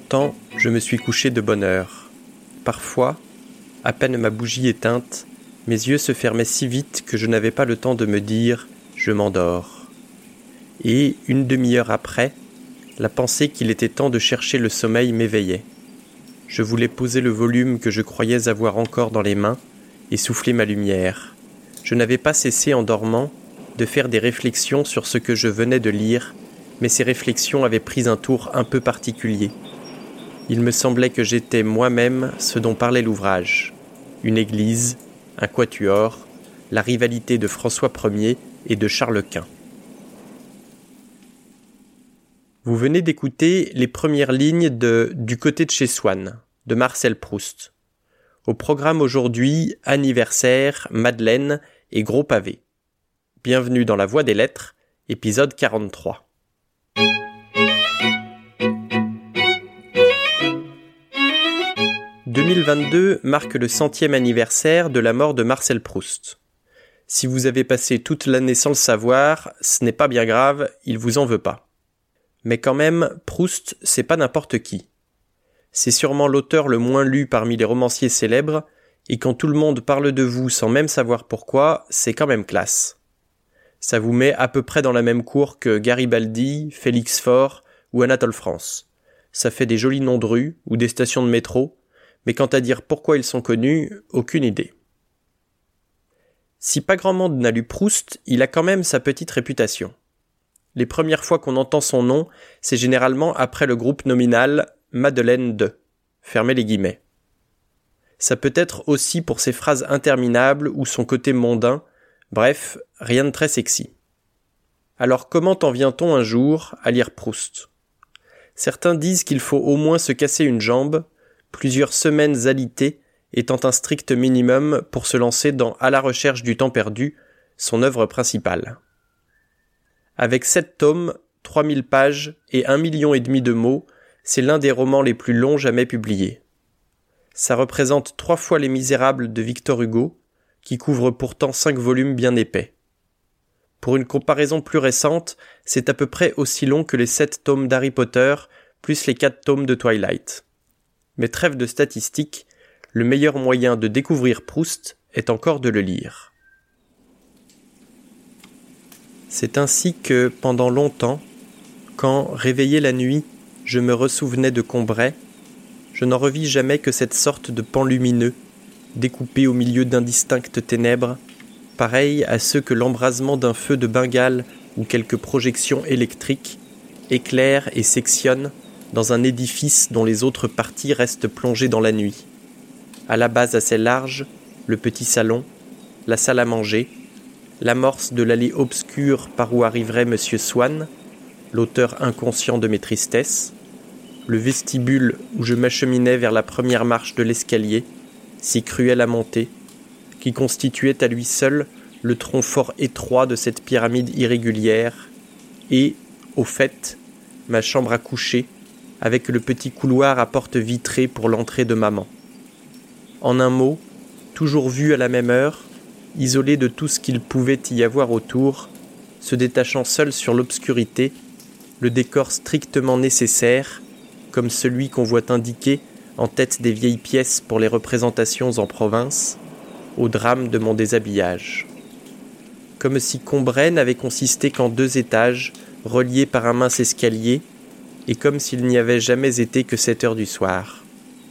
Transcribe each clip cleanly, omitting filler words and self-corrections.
Pourtant, je me suis couché de bonne heure. Parfois, à peine ma bougie éteinte, mes yeux se fermaient si vite que je n'avais pas le temps de me dire « je m'endors ». Et, une demi-heure après, la pensée qu'il était temps de chercher le sommeil m'éveillait. Je voulais poser le volume que je croyais avoir encore dans les mains et souffler ma lumière. Je n'avais pas cessé en dormant de faire des réflexions sur ce que je venais de lire, mais ces réflexions avaient pris un tour un peu particulier. Il me semblait que j'étais moi-même ce dont parlait l'ouvrage. Une église, un quatuor, la rivalité de François Ier et de Charles Quint. Vous venez d'écouter les premières lignes de « Du côté de chez Swann » de Marcel Proust. Au programme aujourd'hui, anniversaire, Madeleine et gros pavé. Bienvenue dans La Voix des Lettres, épisode 43. « 2022 marque le 100e anniversaire de la mort de Marcel Proust. Si vous avez passé toute l'année sans le savoir, ce n'est pas bien grave, il vous en veut pas. Mais quand même, Proust, c'est pas n'importe qui. C'est sûrement l'auteur le moins lu parmi les romanciers célèbres, et quand tout le monde parle de vous sans même savoir pourquoi, c'est quand même classe. Ça vous met à peu près dans la même cour que Garibaldi, Félix Faure ou Anatole France. Ça fait des jolis noms de rues ou des stations de métro, mais quant à dire pourquoi ils sont connus, aucune idée. Si pas grand monde n'a lu Proust, il a quand même sa petite réputation. Les premières fois qu'on entend son nom, c'est généralement après le groupe nominal Madeleine de, fermez les guillemets. Ça peut être aussi pour ses phrases interminables ou son côté mondain, bref, rien de très sexy. Alors comment en vient-on un jour à lire Proust ? Certains disent qu'il faut au moins se casser une jambe, plusieurs semaines alitées étant un strict minimum pour se lancer dans À la recherche du temps perdu, son œuvre principale. Avec 7 tomes, 3000 pages et 1,5 million de mots, c'est l'un des romans les plus longs jamais publiés. Ça représente 3 fois Les Misérables de Victor Hugo, qui couvre pourtant 5 volumes bien épais. Pour une comparaison plus récente, c'est à peu près aussi long que les 7 tomes d'Harry Potter, plus les 4 tomes de Twilight. Mais trêve de statistiques, le meilleur moyen de découvrir Proust est encore de le lire. C'est ainsi que, pendant longtemps, quand, réveillé la nuit, je me ressouvenais de Combray, je n'en revis jamais que cette sorte de pan lumineux, découpé au milieu d'indistinctes ténèbres, pareil à ceux que l'embrasement d'un feu de Bengale ou quelques projections électriques éclairent et sectionnent dans un édifice dont les autres parties restent plongées dans la nuit. À la base assez large, le petit salon, la salle à manger, l'amorce de l'allée obscure par où arriverait M. Swann, l'auteur inconscient de mes tristesses, le vestibule où je m'acheminais vers la première marche de l'escalier, si cruel à monter, qui constituait à lui seul le tronc fort étroit de cette pyramide irrégulière, et, au fait, ma chambre à coucher, avec le petit couloir à porte vitrée pour l'entrée de maman. En un mot, toujours vu à la même heure, isolé de tout ce qu'il pouvait y avoir autour, se détachant seul sur l'obscurité, le décor strictement nécessaire, comme celui qu'on voit indiqué en tête des vieilles pièces pour les représentations en province, au drame de mon déshabillage. Comme si Combray n'avait consisté qu'en 2 étages, reliés par un mince escalier, et comme s'il n'y avait jamais été que 7 heures du soir.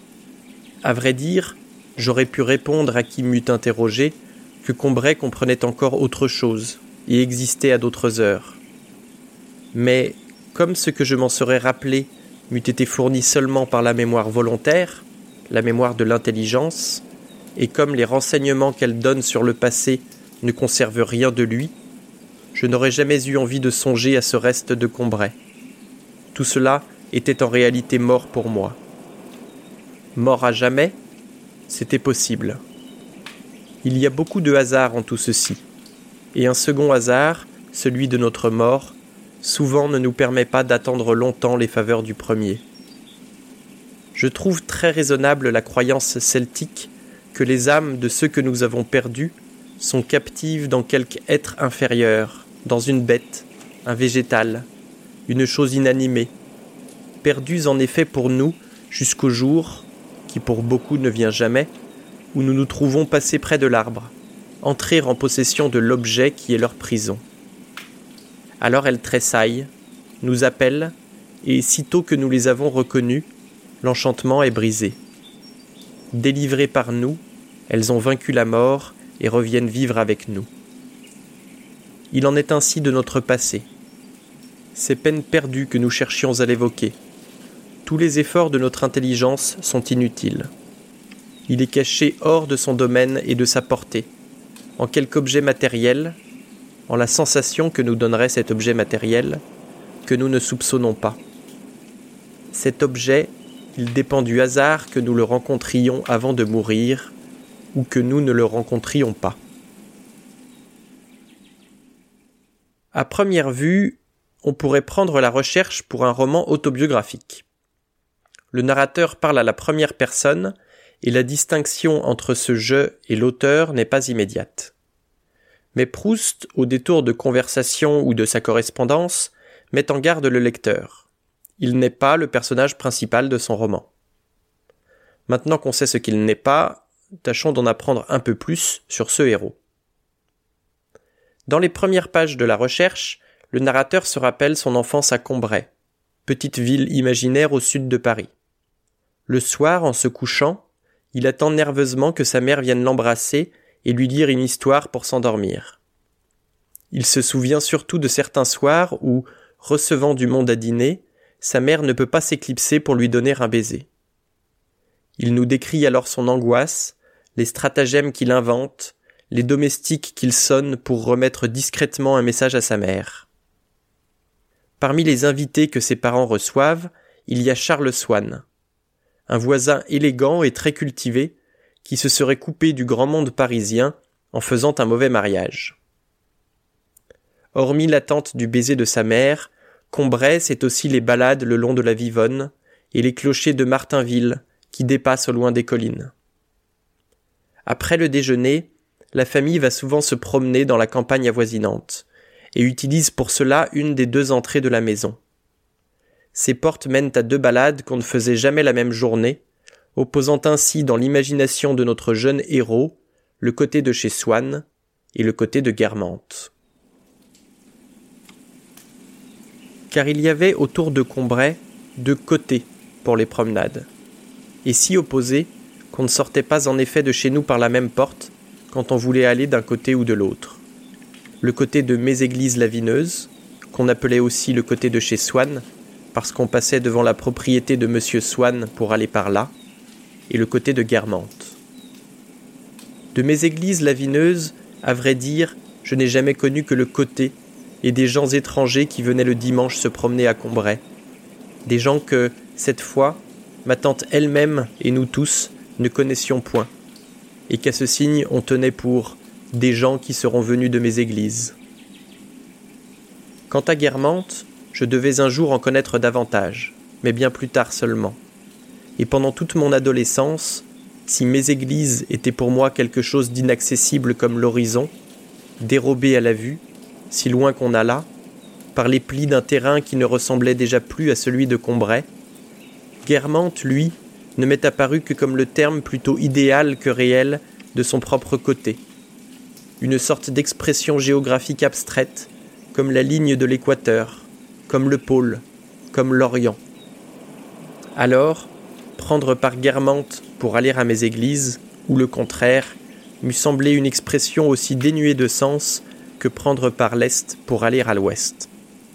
À vrai dire, j'aurais pu répondre à qui m'eût interrogé que Combray comprenait encore autre chose et existait à d'autres heures. Mais, comme ce que je m'en serais rappelé m'eût été fourni seulement par la mémoire volontaire, la mémoire de l'intelligence, et comme les renseignements qu'elle donne sur le passé ne conservent rien de lui, je n'aurais jamais eu envie de songer à ce reste de Combray. Tout cela était en réalité mort pour moi. Mort à jamais ? C'était possible. Il y a beaucoup de hasard en tout ceci, et un second hasard, celui de notre mort, souvent ne nous permet pas d'attendre longtemps les faveurs du premier. Je trouve très raisonnable la croyance celtique que les âmes de ceux que nous avons perdus sont captives dans quelque être inférieur, dans une bête, un végétal, une chose inanimée, perdues en effet pour nous jusqu'au jour, qui pour beaucoup ne vient jamais, où nous nous trouvons passer près de l'arbre, entrer en possession de l'objet qui est leur prison. Alors elles tressaillent, nous appellent, et sitôt que nous les avons reconnues, l'enchantement est brisé. Délivrées par nous, elles ont vaincu la mort et reviennent vivre avec nous. Il en est ainsi de notre passé. Ces peines perdues que nous cherchions à l'évoquer, tous les efforts de notre intelligence sont inutiles. Il est caché hors de son domaine et de sa portée, en quelque objet matériel, en la sensation que nous donnerait cet objet matériel, que nous ne soupçonnons pas. Cet objet, il dépend du hasard que nous le rencontrions avant de mourir, ou que nous ne le rencontrions pas. À première vue, on pourrait prendre la recherche pour un roman autobiographique. Le narrateur parle à la première personne, et la distinction entre ce « je » et l'auteur n'est pas immédiate. Mais Proust, au détour de conversation ou de sa correspondance, met en garde le lecteur. Il n'est pas le personnage principal de son roman. Maintenant qu'on sait ce qu'il n'est pas, tâchons d'en apprendre un peu plus sur ce héros. Dans les premières pages de la recherche, le narrateur se rappelle son enfance à Combray, petite ville imaginaire au sud de Paris. Le soir, en se couchant, il attend nerveusement que sa mère vienne l'embrasser et lui lire une histoire pour s'endormir. Il se souvient surtout de certains soirs où, recevant du monde à dîner, sa mère ne peut pas s'éclipser pour lui donner un baiser. Il nous décrit alors son angoisse, les stratagèmes qu'il invente, les domestiques qu'il sonne pour remettre discrètement un message à sa mère. Parmi les invités que ses parents reçoivent, il y a Charles Swann, un voisin élégant et très cultivé qui se serait coupé du grand monde parisien en faisant un mauvais mariage. Hormis l'attente du baiser de sa mère, Combray, c'est aussi les balades le long de la Vivonne et les clochers de Martinville qui dépassent au loin des collines. Après le déjeuner, la famille va souvent se promener dans la campagne avoisinante et utilise pour cela une des deux entrées de la maison. Ces portes mènent à deux balades qu'on ne faisait jamais la même journée, opposant ainsi dans l'imagination de notre jeune héros le côté de chez Swann et le côté de Guermantes. Car il y avait autour de Combray deux côtés pour les promenades, et si opposés qu'on ne sortait pas en effet de chez nous par la même porte quand on voulait aller d'un côté ou de l'autre. Le côté de Méséglise-la-Vineuse, qu'on appelait aussi le côté de chez Swann, parce qu'on passait devant la propriété de Monsieur Swann pour aller par là, et le côté de Guermantes. De Méséglise-la-Vineuse, à vrai dire, je n'ai jamais connu que le côté et des gens étrangers qui venaient le dimanche se promener à Combray. Des gens que, cette fois, ma tante elle-même et nous tous ne connaissions point, et qu'à ce signe on tenait pour des gens qui seront venus de Méséglise. Quant à Guermantes, je devais un jour en connaître davantage, mais bien plus tard seulement. Et pendant toute mon adolescence, si Méséglise était pour moi quelque chose d'inaccessible comme l'horizon, dérobé à la vue, si loin qu'on allât, par les plis d'un terrain qui ne ressemblait déjà plus à celui de Combray, Guermantes, lui, ne m'est apparu que comme le terme plutôt idéal que réel de son propre côté, une sorte d'expression géographique abstraite, comme la ligne de l'équateur, comme le pôle, comme l'Orient. Alors, prendre par Guermantes pour aller à Méséglise, ou le contraire, m'eût semblé une expression aussi dénuée de sens que prendre par l'Est pour aller à l'Ouest.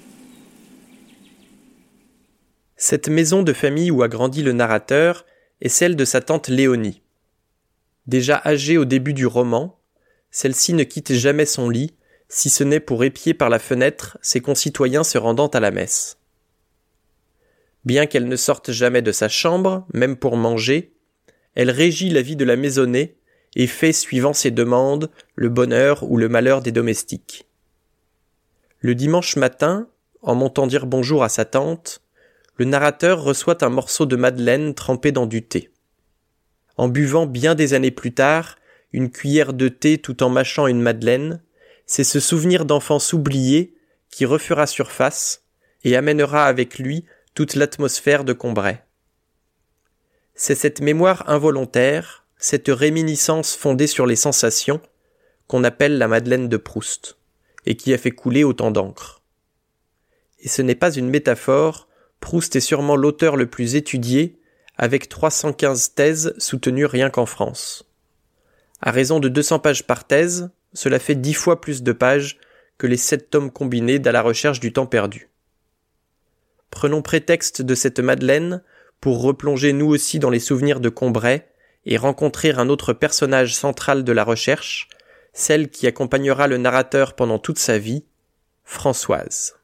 Cette maison de famille où a grandi le narrateur est celle de sa tante Léonie. Déjà âgée au début du roman, celle-ci ne quitte jamais son lit, si ce n'est pour épier par la fenêtre ses concitoyens se rendant à la messe. Bien qu'elle ne sorte jamais de sa chambre, même pour manger, elle régit la vie de la maisonnée et fait, suivant ses demandes, le bonheur ou le malheur des domestiques. Le dimanche matin, en montant dire bonjour à sa tante, le narrateur reçoit un morceau de madeleine trempé dans du thé. En buvant bien des années plus tard une cuillère de thé tout en mâchant une madeleine, c'est ce souvenir d'enfance oublié qui refera surface et amènera avec lui toute l'atmosphère de Combray. C'est cette mémoire involontaire, cette réminiscence fondée sur les sensations, qu'on appelle la Madeleine de Proust, et qui a fait couler autant d'encre. Et ce n'est pas une métaphore, Proust est sûrement l'auteur le plus étudié, avec 315 thèses soutenues rien qu'en France. À raison de 200 pages par thèse, cela fait 10 fois plus de pages que les 7 tomes combinés d'À la recherche du temps perdu. Prenons prétexte de cette Madeleine pour replonger nous aussi dans les souvenirs de Combray et rencontrer un autre personnage central de la recherche, celle qui accompagnera le narrateur pendant toute sa vie, Françoise.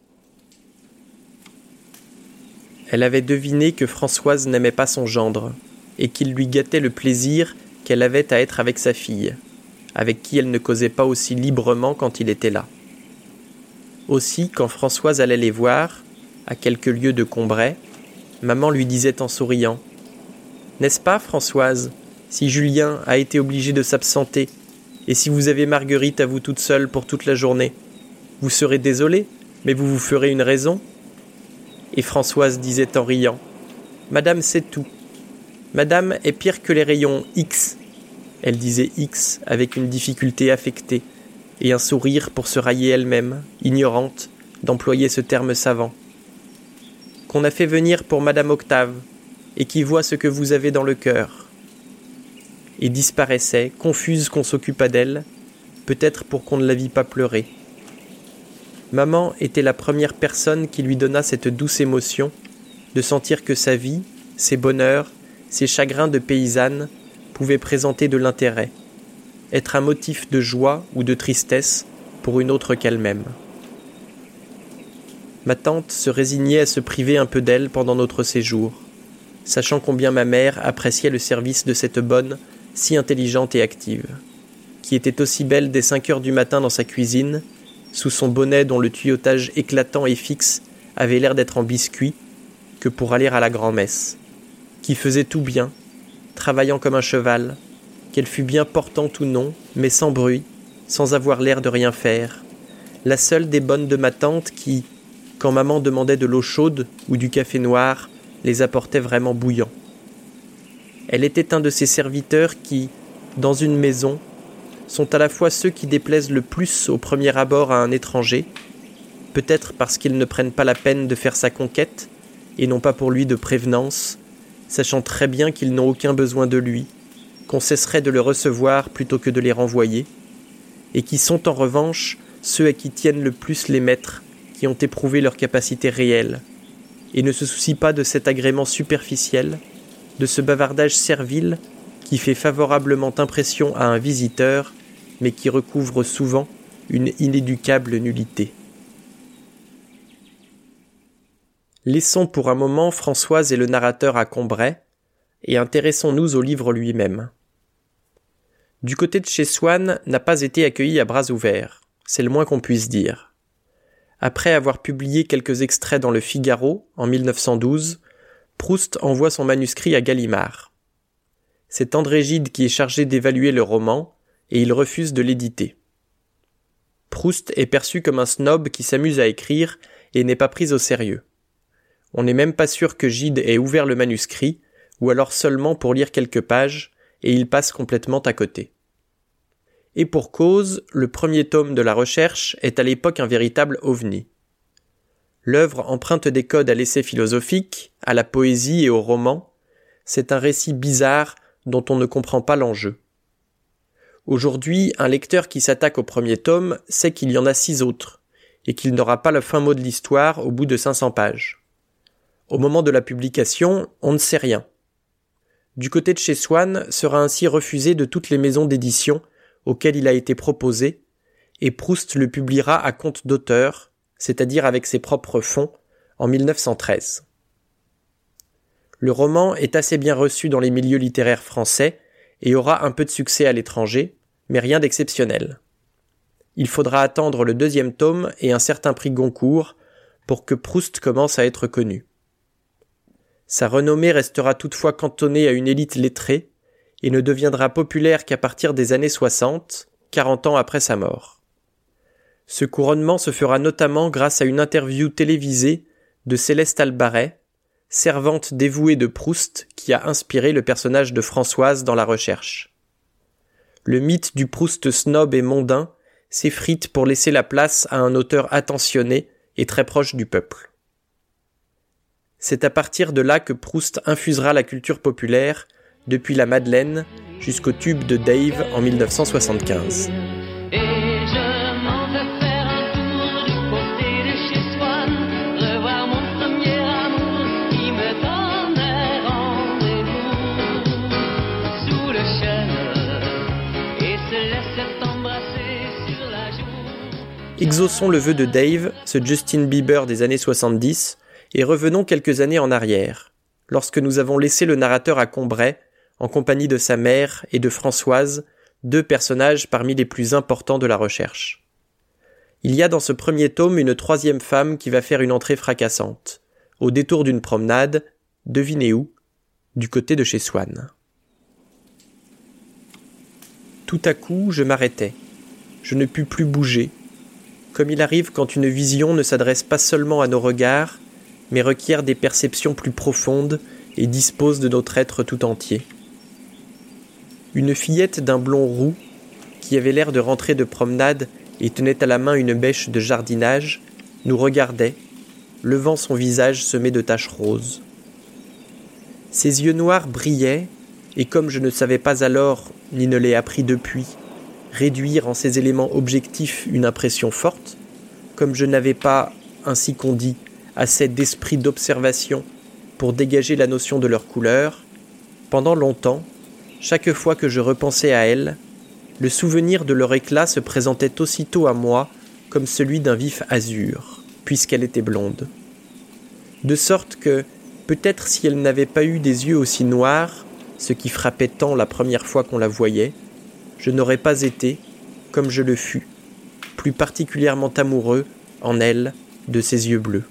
Elle avait deviné que Françoise n'aimait pas son gendre, et qu'il lui gâtait le plaisir qu'elle avait à être avec sa fille, avec qui elle ne causait pas aussi librement quand il était là. Aussi, quand Françoise allait les voir, à quelques lieues de Combray, maman lui disait en souriant « N'est-ce pas, Françoise, si Julien a été obligé de s'absenter, et si vous avez Marguerite à vous toute seule pour toute la journée, vous serez désolée, mais vous vous ferez une raison ?» Et Françoise disait en riant « Madame sait tout. Madame est pire que les rayons X. » Elle disait X avec une difficulté affectée, et un sourire pour se railler elle-même, ignorante, d'employer ce terme savant. « Qu'on a fait venir pour Madame Octave, et qui voit ce que vous avez dans le cœur. » Et disparaissait, confuse qu'on s'occupât d'elle, peut-être pour qu'on ne la vît pas pleurer. Maman était la première personne qui lui donna cette douce émotion de sentir que sa vie, ses bonheurs, ses chagrins de paysanne pouvaient présenter de l'intérêt, être un motif de joie ou de tristesse pour une autre qu'elle-même. Ma tante se résignait à se priver un peu d'elle pendant notre séjour, sachant combien ma mère appréciait le service de cette bonne, si intelligente et active, qui était aussi belle dès 5 heures du matin dans sa cuisine, sous son bonnet dont le tuyautage éclatant et fixe avait l'air d'être en biscuit, que pour aller à la grand-messe, qui faisait tout bien, travaillant comme un cheval, qu'elle fût bien portante ou non, mais sans bruit, sans avoir l'air de rien faire, la seule des bonnes de ma tante qui, quand maman demandait de l'eau chaude ou du café noir, les apportait vraiment bouillants. Elle était un de ces serviteurs qui, dans une maison, sont à la fois ceux qui déplaisent le plus au premier abord à un étranger, peut-être parce qu'ils ne prennent pas la peine de faire sa conquête, et n'ont pas pour lui de prévenance, sachant très bien qu'ils n'ont aucun besoin de lui, qu'on cesserait de le recevoir plutôt que de les renvoyer, et qui sont en revanche ceux à qui tiennent le plus les maîtres, qui ont éprouvé leur capacité réelle, et ne se soucient pas de cet agrément superficiel, de ce bavardage servile qui fait favorablement impression à un visiteur, mais qui recouvre souvent une inéducable nullité. Laissons pour un moment Françoise et le narrateur à Combray, et intéressons-nous au livre lui-même. Du côté de chez Swann n'a pas été accueilli à bras ouverts, c'est le moins qu'on puisse dire. Après avoir publié quelques extraits dans le Figaro, en 1912, Proust envoie son manuscrit à Gallimard. C'est André Gide qui est chargé d'évaluer le roman, et il refuse de l'éditer. Proust est perçu comme un snob qui s'amuse à écrire et n'est pas pris au sérieux. On n'est même pas sûr que Gide ait ouvert le manuscrit, ou alors seulement pour lire quelques pages, et il passe complètement à côté. Et pour cause, le premier tome de la recherche est à l'époque un véritable ovni. L'œuvre emprunte des codes à l'essai philosophique, à la poésie et au roman. C'est un récit bizarre dont on ne comprend pas l'enjeu. Aujourd'hui, un lecteur qui s'attaque au premier tome sait qu'il y en a 6 autres, et qu'il n'aura pas le fin mot de l'histoire au bout de 500 pages. Au moment de la publication, on ne sait rien. Du côté de chez Swann sera ainsi refusé de toutes les maisons d'édition auxquelles il a été proposé, et Proust le publiera à compte d'auteur, c'est-à-dire avec ses propres fonds, en 1913. Le roman est assez bien reçu dans les milieux littéraires français et aura un peu de succès à l'étranger, mais rien d'exceptionnel. Il faudra attendre le 2e tome et un certain prix Goncourt pour que Proust commence à être connu. Sa renommée restera toutefois cantonnée à une élite lettrée et ne deviendra populaire qu'à partir des années 60, 40 ans après sa mort. Ce couronnement se fera notamment grâce à une interview télévisée de Céleste Albaret, servante dévouée de Proust qui a inspiré le personnage de Françoise dans La Recherche. Le mythe du Proust snob et mondain s'effrite pour laisser la place à un auteur attentionné et très proche du peuple. C'est à partir de là que Proust infusera la culture populaire, depuis la Madeleine jusqu'au tube de Dave en 1975. Exauçons le vœu de Dave, ce Justin Bieber des années 70, et revenons quelques années en arrière, lorsque nous avons laissé le narrateur à Combray, en compagnie de sa mère et de Françoise, deux personnages parmi les plus importants de La Recherche. Il y a dans ce premier tome une troisième femme qui va faire une entrée fracassante, au détour d'une promenade, devinez où, du côté de chez Swann. Tout à coup, je m'arrêtai. Je ne pus plus bouger, comme il arrive quand une vision ne s'adresse pas seulement à nos regards, mais requiert des perceptions plus profondes et dispose de notre être tout entier. Une fillette d'un blond roux, qui avait l'air de rentrer de promenade et tenait à la main une bêche de jardinage, nous regardait, levant son visage semé de taches roses. Ses yeux noirs brillaient, et comme je ne savais pas alors, ni ne l'ai appris depuis, réduire en ces éléments objectifs une impression forte, comme je n'avais pas, ainsi qu'on dit, assez d'esprit d'observation pour dégager la notion de leur couleur, pendant longtemps, chaque fois que je repensais à elles, le souvenir de leur éclat se présentait aussitôt à moi comme celui d'un vif azur, puisqu'elle était blonde. De sorte que, peut-être si elle n'avait pas eu des yeux aussi noirs, ce qui frappait tant la première fois qu'on la voyait, je n'aurais pas été, comme je le fus, plus particulièrement amoureux, en elle, de ses yeux bleus.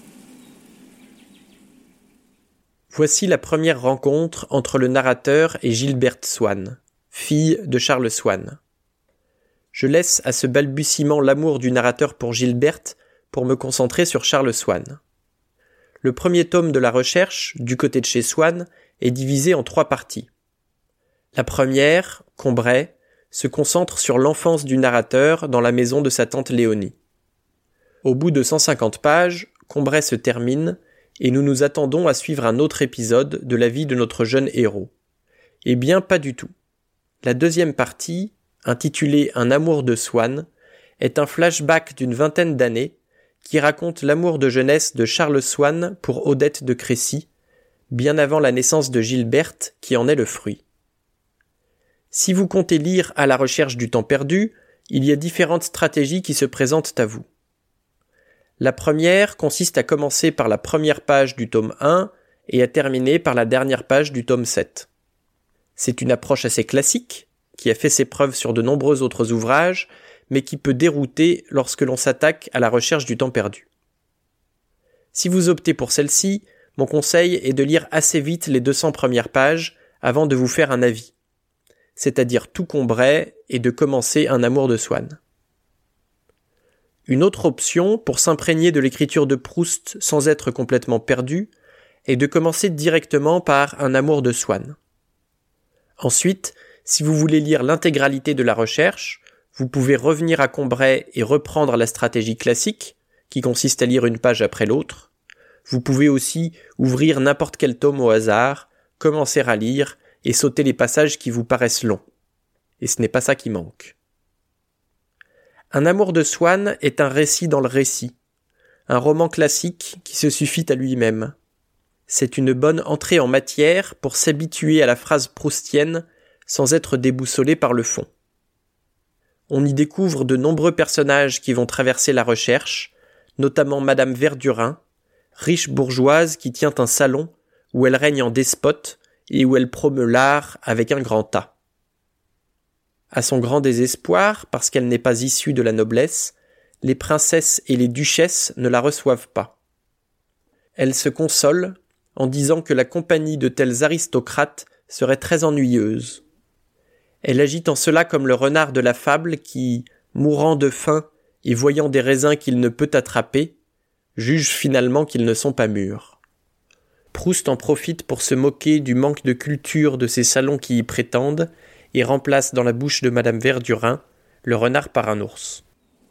Voici la première rencontre entre le narrateur et Gilberte Swann, fille de Charles Swann. Je laisse à ce balbutiement l'amour du narrateur pour Gilberte pour me concentrer sur Charles Swann. Le premier tome de La Recherche, du côté de chez Swann, est divisé en 3 parties. La première, Combray, se concentre sur l'enfance du narrateur dans la maison de sa tante Léonie. Au bout de 150 pages, Combray se termine et nous nous attendons à suivre un autre épisode de la vie de notre jeune héros. Eh bien, pas du tout. La deuxième partie, intitulée Un amour de Swann, est un flashback d'une 20aine d'années qui raconte l'amour de jeunesse de Charles Swann pour Odette de Crécy, bien avant la naissance de Gilberte qui en est le fruit. Si vous comptez lire À la recherche du temps perdu, il y a différentes stratégies qui se présentent à vous. La première consiste à commencer par la première page du tome 1 et à terminer par la dernière page du tome 7. C'est une approche assez classique, qui a fait ses preuves sur de nombreux autres ouvrages, mais qui peut dérouter lorsque l'on s'attaque à la recherche du temps perdu. Si vous optez pour celle-ci, mon conseil est de lire assez vite les 200 premières pages avant de vous faire un avis, c'est-à-dire tout Combray et de commencer Un amour de Swann. Une autre option pour s'imprégner de l'écriture de Proust sans être complètement perdu est de commencer directement par Un amour de Swann. Ensuite, si vous voulez lire l'intégralité de La Recherche, vous pouvez revenir à Combray et reprendre la stratégie classique, qui consiste à lire une page après l'autre. Vous pouvez aussi ouvrir n'importe quel tome au hasard, commencer à lire et sauter les passages qui vous paraissent longs. Et ce n'est pas ça qui manque. Un amour de Swann est un récit dans le récit, un roman classique qui se suffit à lui-même. C'est une bonne entrée en matière pour s'habituer à la phrase proustienne sans être déboussolé par le fond. On y découvre de nombreux personnages qui vont traverser la recherche, notamment Madame Verdurin, riche bourgeoise qui tient un salon où elle règne en despote et où elle promeut l'art avec un grand A. À son grand désespoir, parce qu'elle n'est pas issue de la noblesse, les princesses et les duchesses ne la reçoivent pas. Elle se console en disant que la compagnie de tels aristocrates serait très ennuyeuse. Elle agit en cela comme le renard de la fable qui, mourant de faim et voyant des raisins qu'il ne peut attraper, juge finalement qu'ils ne sont pas mûrs. Proust en profite pour se moquer du manque de culture de ces salons qui y prétendent et remplace dans la bouche de Madame Verdurin le renard par un ours.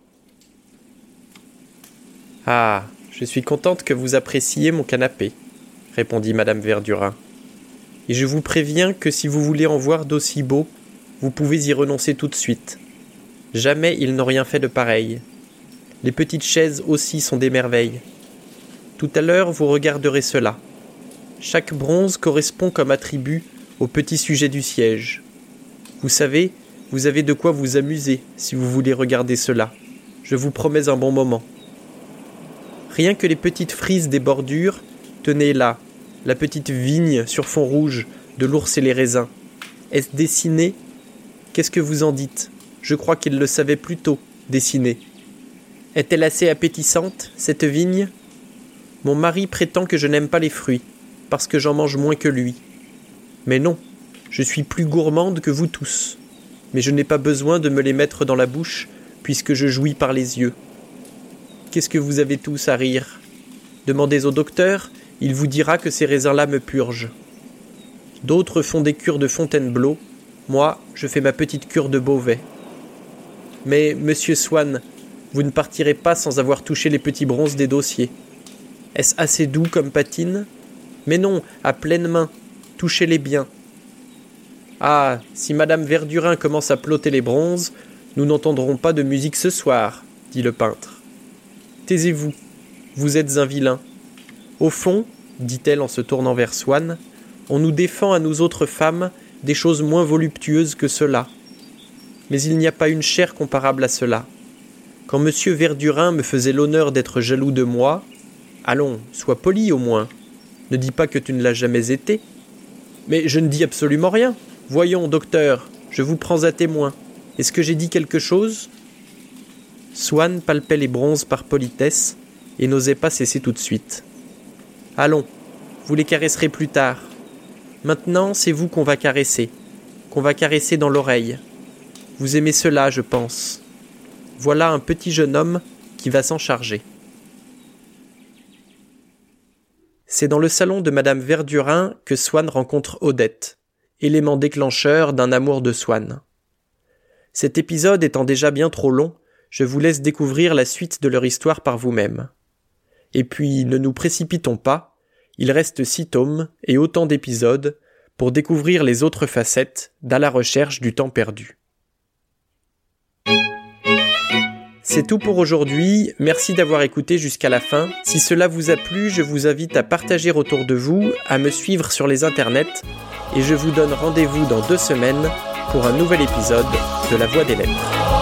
« Ah, je suis contente que vous appréciez mon canapé, » répondit Madame Verdurin. « Et je vous préviens que si vous voulez en voir d'aussi beaux, vous pouvez y renoncer tout de suite. Jamais ils n'ont rien fait de pareil. Les petites chaises aussi sont des merveilles. Tout à l'heure, vous regarderez cela. Chaque bronze correspond comme attribut au petit sujet du siège. Vous savez, vous avez de quoi vous amuser si vous voulez regarder cela. Je vous promets un bon moment. Rien que les petites frises des bordures, tenez là, la petite vigne sur fond rouge de l'ours et les raisins. Est-ce dessiné ? Qu'est-ce que vous en dites ? Je crois qu'il le savait plus tôt, dessiner. Est-elle assez appétissante, cette vigne ? Mon mari prétend que je n'aime pas les fruits, parce que j'en mange moins que lui. Mais non, je suis plus gourmande que vous tous. Mais je n'ai pas besoin de me les mettre dans la bouche, puisque je jouis par les yeux. Qu'est-ce que vous avez tous à rire ? Demandez au docteur, il vous dira que ces raisins-là me purgent. D'autres font des cures de Fontainebleau, moi, je fais ma petite cure de Beauvais. Mais, monsieur Swann, vous ne partirez pas sans avoir touché les petits bronzes des dossiers. Est-ce assez doux comme patine ? Mais non, à pleine main, touchez-les bien. Ah, si Madame Verdurin commence à plotter les bronzes, nous n'entendrons pas de musique ce soir, dit le peintre. Taisez-vous, vous êtes un vilain. Au fond, dit-elle en se tournant vers Swann, on nous défend à nous autres femmes des choses moins voluptueuses que cela. Mais il n'y a pas une chair comparable à cela. Quand monsieur Verdurin me faisait l'honneur d'être jaloux de moi, allons, sois poli au moins. Ne dis pas que tu ne l'as jamais été. Mais je ne dis absolument rien. Voyons, docteur, je vous prends à témoin. Est-ce que j'ai dit quelque chose ? Swann palpait les bronzes par politesse et n'osait pas cesser tout de suite. Allons, vous les caresserez plus tard. Maintenant, c'est vous qu'on va caresser dans l'oreille. Vous aimez cela, je pense. Voilà un petit jeune homme qui va s'en charger. C'est dans le salon de Madame Verdurin que Swann rencontre Odette, élément déclencheur d'un amour de Swann. Cet épisode étant déjà bien trop long, je vous laisse découvrir la suite de leur histoire par vous-même. Et puis, ne nous précipitons pas, il reste 6 tomes et autant d'épisodes pour découvrir les autres facettes d'À la recherche du temps perdu. C'est tout pour aujourd'hui, merci d'avoir écouté jusqu'à la fin. Si cela vous a plu, je vous invite à partager autour de vous, à me suivre sur les internets, et je vous donne rendez-vous dans 2 semaines pour un nouvel épisode de La Voix des Lettres.